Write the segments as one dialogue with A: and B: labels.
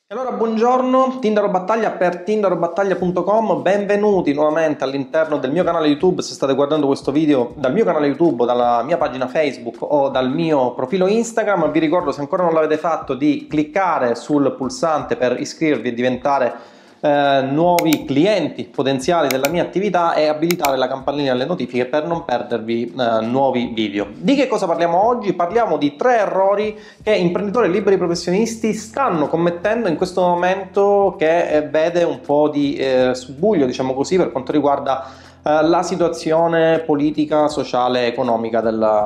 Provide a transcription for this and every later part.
A: Allora, buongiorno, Tindaro Battaglia per tindarobattaglia.com, benvenuti nuovamente all'interno del mio canale YouTube. Se state guardando questo video dal mio canale YouTube, dalla mia pagina Facebook o dal mio profilo Instagram, vi ricordo, se ancora non l'avete fatto, di cliccare sul pulsante per iscrivervi e diventare nuovi clienti potenziali della mia attività e abilitare la campanellina delle notifiche per non perdervi nuovi video. Di che cosa parliamo oggi? Parliamo di 3 errori che imprenditori liberi professionisti stanno commettendo in questo momento che vede un po' di subbuglio, diciamo così, per quanto riguarda la situazione politica, sociale, economica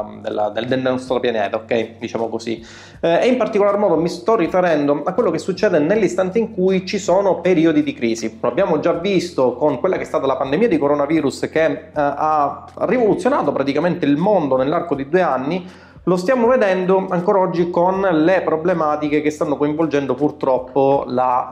A: del nostro pianeta, ok? Diciamo così. E in particolar modo mi sto riferendo a quello che succede nell'istante in cui ci sono periodi di crisi. Lo abbiamo già visto con quella che è stata la pandemia di coronavirus che ha rivoluzionato praticamente il mondo nell'arco di 2 anni. Lo stiamo vedendo ancora oggi con le problematiche che stanno coinvolgendo purtroppo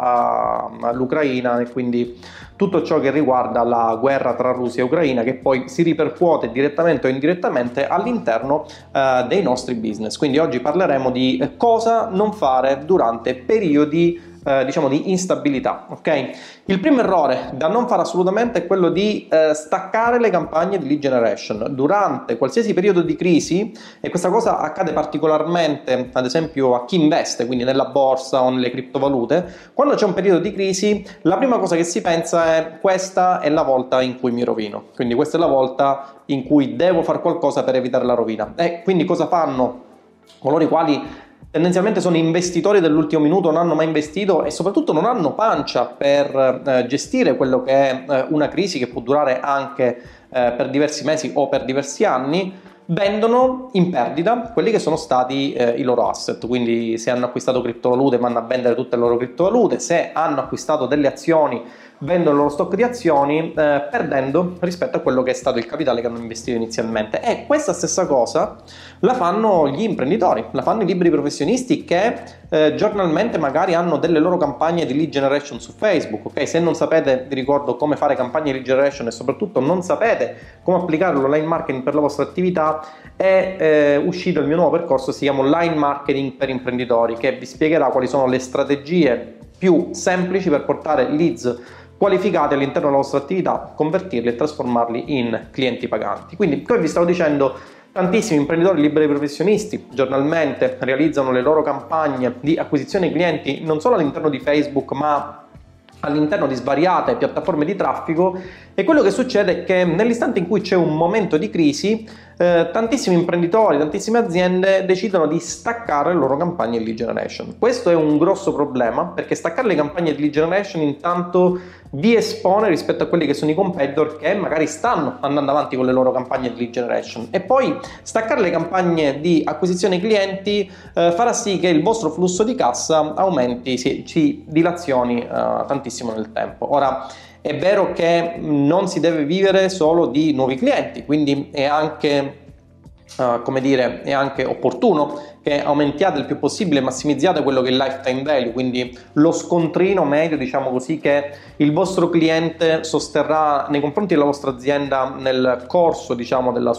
A: l'Ucraina e quindi tutto ciò che riguarda la guerra tra Russia e Ucraina, che poi si ripercuote direttamente o indirettamente all'interno dei nostri business. Quindi oggi parleremo di cosa non fare durante periodi diciamo di instabilità, ok? Il primo errore da non fare assolutamente è quello di staccare le campagne di lead generation durante qualsiasi periodo di crisi, e questa cosa accade particolarmente ad esempio a chi investe, quindi nella borsa o nelle criptovalute. Quando c'è un periodo di crisi, la prima cosa che si pensa è: questa è la volta in cui mi rovino, quindi questa è la volta in cui devo fare qualcosa per evitare la rovina. E quindi cosa fanno coloro i quali tendenzialmente sono investitori dell'ultimo minuto, non hanno mai investito e soprattutto non hanno pancia per gestire quello che è una crisi che può durare anche per diversi mesi o per diversi anni? Vendono in perdita quelli che sono stati i loro asset. Quindi se hanno acquistato criptovalute vanno a vendere tutte le loro criptovalute, se hanno acquistato delle azioni vendono il loro stock di azioni, perdendo rispetto a quello che è stato il capitale che hanno investito inizialmente. E questa stessa cosa la fanno gli imprenditori, la fanno i liberi professionisti che giornalmente magari hanno delle loro campagne di lead generation su Facebook, ok? Se non sapete, vi ricordo, come fare campagne di lead generation e soprattutto non sapete come applicare l'online marketing per la vostra attività, è uscito il mio nuovo percorso, si chiama Online Marketing per Imprenditori, che vi spiegherà quali sono le strategie più semplici per portare leads qualificati all'interno della vostra attività, convertirli e trasformarli in clienti paganti. Quindi, come vi stavo dicendo, tantissimi imprenditori liberi professionisti giornalmente realizzano le loro campagne di acquisizione clienti non solo all'interno di Facebook, ma all'interno di svariate piattaforme di traffico. E quello che succede è che nell'istante in cui c'è un momento di crisi, tantissimi imprenditori, tantissime aziende decidono di staccare le loro campagne di lead generation. Questo è un grosso problema, perché staccare le campagne di lead generation intanto vi espone rispetto a quelli che sono i competitor che magari stanno andando avanti con le loro campagne di lead generation, e poi staccare le campagne di acquisizione clienti farà sì che il vostro flusso di cassa aumenti, si dilazioni tantissimo nel tempo. Ora, è vero che non si deve vivere solo di nuovi clienti, quindi è anche come dire, è anche opportuno che aumentiate il più possibile, massimizziate quello che è il lifetime value, quindi lo scontrino medio, diciamo così, che il vostro cliente sosterrà nei confronti della vostra azienda nel corso, diciamo, delle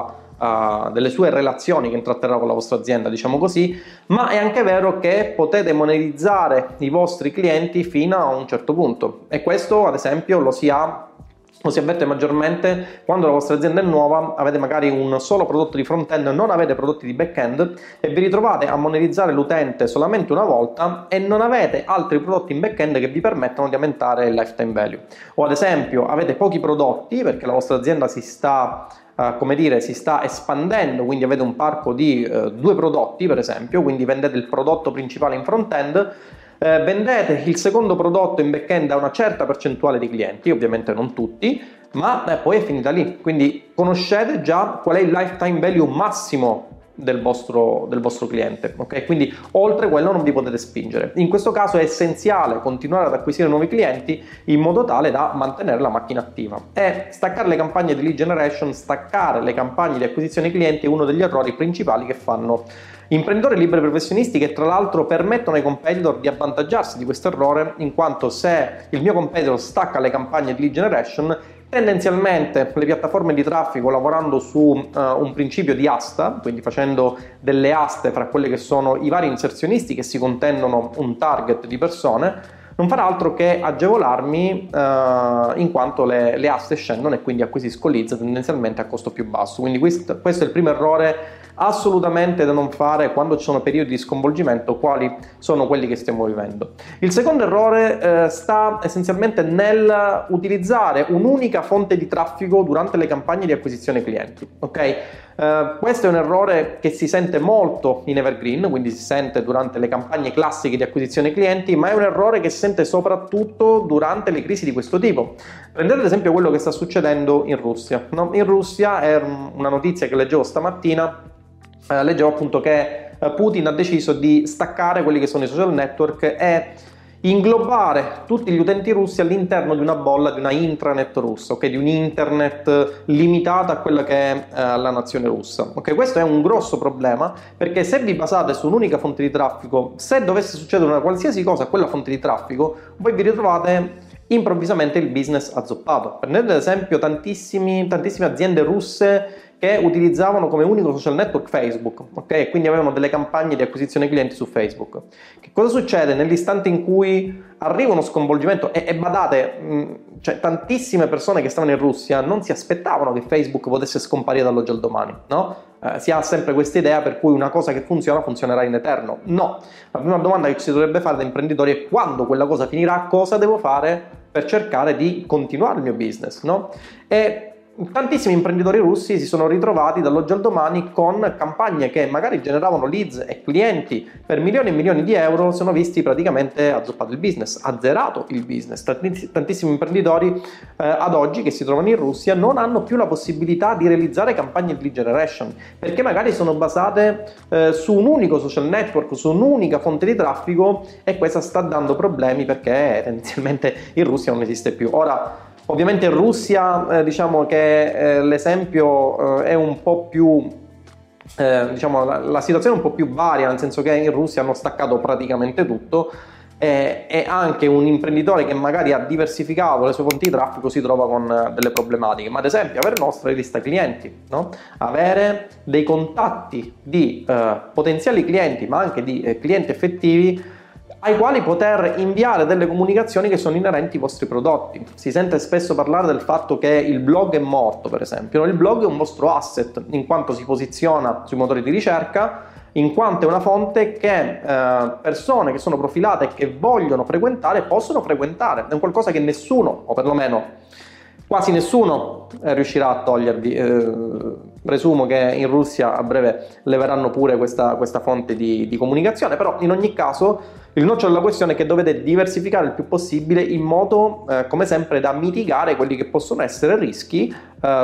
A: sue relazioni che intratterrà con la vostra azienda, diciamo così. Ma è anche vero che potete monetizzare i vostri clienti fino a un certo punto, e questo ad esempio lo si avverte maggiormente quando la vostra azienda è nuova, avete magari un solo prodotto di front-end, non avete prodotti di back-end e vi ritrovate a monetizzare l'utente solamente una volta e non avete altri prodotti in back-end che vi permettono di aumentare il lifetime value. O ad esempio avete pochi prodotti perché la vostra azienda si sta espandendo, quindi avete un parco di 2 prodotti per esempio, quindi vendete il prodotto principale in front-end, vendete il secondo prodotto in back-end a una certa percentuale di clienti, ovviamente non tutti, ma poi è finita lì. Quindi conoscete già qual è il lifetime value massimo del vostro cliente, ok? Quindi oltre quello non vi potete spingere. In questo caso è essenziale continuare ad acquisire nuovi clienti in modo tale da mantenere la macchina attiva. E staccare le campagne di lead generation, staccare le campagne di acquisizione clienti è uno degli errori principali che fanno imprenditori liberi professionisti, che tra l'altro permettono ai competitor di avvantaggiarsi di questo errore, in quanto se il mio competitor stacca le campagne di lead generation, Tendenzialmente le piattaforme di traffico, lavorando su un principio di asta, quindi facendo delle aste fra quelli che sono i vari inserzionisti che si contendono un target di persone, non farà altro che agevolarmi in quanto le aste scendono e quindi acquisisco leads tendenzialmente a costo più basso. Quindi questo è il primo errore assolutamente da non fare quando ci sono periodi di sconvolgimento quali sono quelli che stiamo vivendo. Il secondo errore sta essenzialmente nel utilizzare un'unica fonte di traffico durante le campagne di acquisizione clienti, ok? Questo è un errore che si sente molto in evergreen, quindi si sente durante le campagne classiche di acquisizione clienti, ma è un errore che si sente soprattutto durante le crisi di questo tipo. Prendete ad esempio quello che sta succedendo in Russia, no? In Russia è una notizia che leggevo stamattina. Leggevo appunto che Putin ha deciso di staccare quelli che sono i social network e inglobare tutti gli utenti russi all'interno di una bolla, di una intranet russa, ok? Di un internet limitata a quella che è la nazione russa. Ok, questo è un grosso problema, perché se vi basate su un'unica fonte di traffico, se dovesse succedere una qualsiasi cosa a quella fonte di traffico, voi vi ritrovate improvvisamente il business azzoppato. Prendete ad esempio tantissime aziende russe che utilizzavano come unico social network Facebook, ok? Quindi avevano delle campagne di acquisizione clienti su Facebook. Che cosa succede nell'istante in cui arriva uno sconvolgimento? E badate, cioè tantissime persone che stavano in Russia non si aspettavano che Facebook potesse scomparire dall'oggi al domani, no? Si ha sempre questa idea per cui una cosa che funziona funzionerà in eterno. No, la prima domanda che ci si dovrebbe fare da imprenditori è: quando quella cosa finirà, cosa devo fare per cercare di continuare il mio business, no? E tantissimi imprenditori russi si sono ritrovati dall'oggi al domani con campagne che magari generavano leads e clienti per milioni e milioni di euro, sono visti praticamente azzoppato il business, azzerato il business. Tantissimi imprenditori ad oggi che si trovano in Russia non hanno più la possibilità di realizzare campagne di lead generation, perché magari sono basate su un unico social network, su un'unica fonte di traffico, e questa sta dando problemi perché tendenzialmente in Russia non esiste più. Ora, ovviamente in Russia diciamo che l'esempio è un po' più, diciamo la situazione è un po' più varia, nel senso che in Russia hanno staccato praticamente tutto e anche un imprenditore che magari ha diversificato le sue fonti di traffico si trova con delle problematiche. Ma ad esempio avere una nostra lista clienti, no? Avere dei contatti di potenziali clienti, ma anche di clienti effettivi ai quali poter inviare delle comunicazioni che sono inerenti ai vostri prodotti. Si sente spesso parlare del fatto che il blog è morto, per esempio. Il blog è un vostro asset, in quanto si posiziona sui motori di ricerca, in quanto è una fonte che persone che sono profilate e che vogliono frequentare possono frequentare. È un qualcosa che nessuno, o perlomeno quasi nessuno, riuscirà a togliervi. Presumo che in Russia a breve leveranno pure questa fonte di comunicazione, però in ogni caso il nocciolo della questione è che dovete diversificare il più possibile in modo, come sempre, da mitigare quelli che possono essere rischi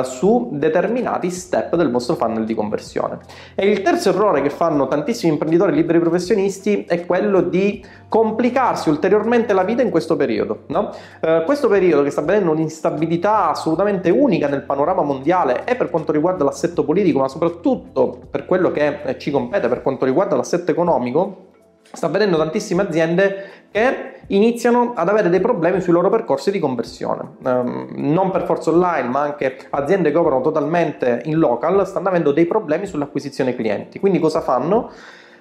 A: su determinati step del vostro funnel di conversione. E il terzo errore che fanno tantissimi imprenditori liberi professionisti è quello di complicarsi ulteriormente la vita in questo periodo, no? Questo periodo che sta vedendo un'instabilità assolutamente unica nel panorama mondiale e per quanto riguarda l'assetto politico, ma soprattutto per quello che ci compete per quanto riguarda l'assetto economico, sta vedendo tantissime aziende che iniziano ad avere dei problemi sui loro percorsi di conversione, non per forza online, ma anche aziende che operano totalmente in local stanno avendo dei problemi sull'acquisizione clienti. Quindi cosa fanno?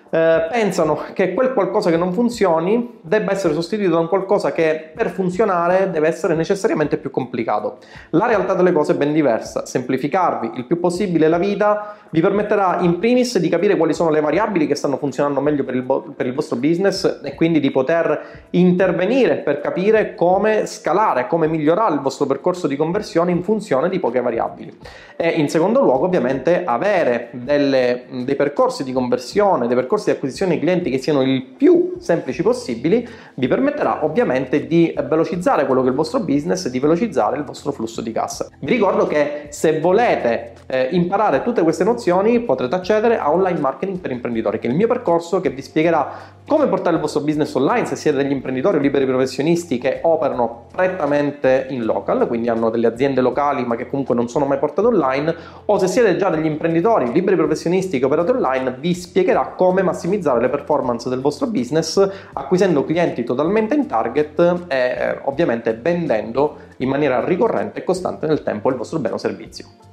A: Pensano che quel qualcosa che non funzioni debba essere sostituito da un qualcosa che per funzionare deve essere necessariamente più complicato. La realtà delle cose è ben diversa. Semplificarvi il più possibile la vita vi permetterà in primis di capire quali sono le variabili che stanno funzionando meglio per il vostro business e quindi di poter intervenire per capire come scalare, come migliorare il vostro percorso di conversione in funzione di poche variabili. E in secondo luogo, ovviamente, avere dei percorsi di conversione, dei percorsi di acquisizione di clienti che siano il più semplici possibili vi permetterà ovviamente di velocizzare quello che è il vostro business e di velocizzare il vostro flusso di cassa. Vi ricordo che se volete imparare tutte queste nozioni potrete accedere a Online Marketing per Imprenditori, che è il mio percorso che vi spiegherà come portare il vostro business online se siete degli imprenditori o liberi professionisti che operano prettamente in local, quindi hanno delle aziende locali ma che comunque non sono mai portate online, o se siete già degli imprenditori liberi professionisti che operate online, vi spiegherà come massimizzare le performance del vostro business acquisendo clienti totalmente in target e ovviamente vendendo in maniera ricorrente e costante nel tempo il vostro bene o servizio.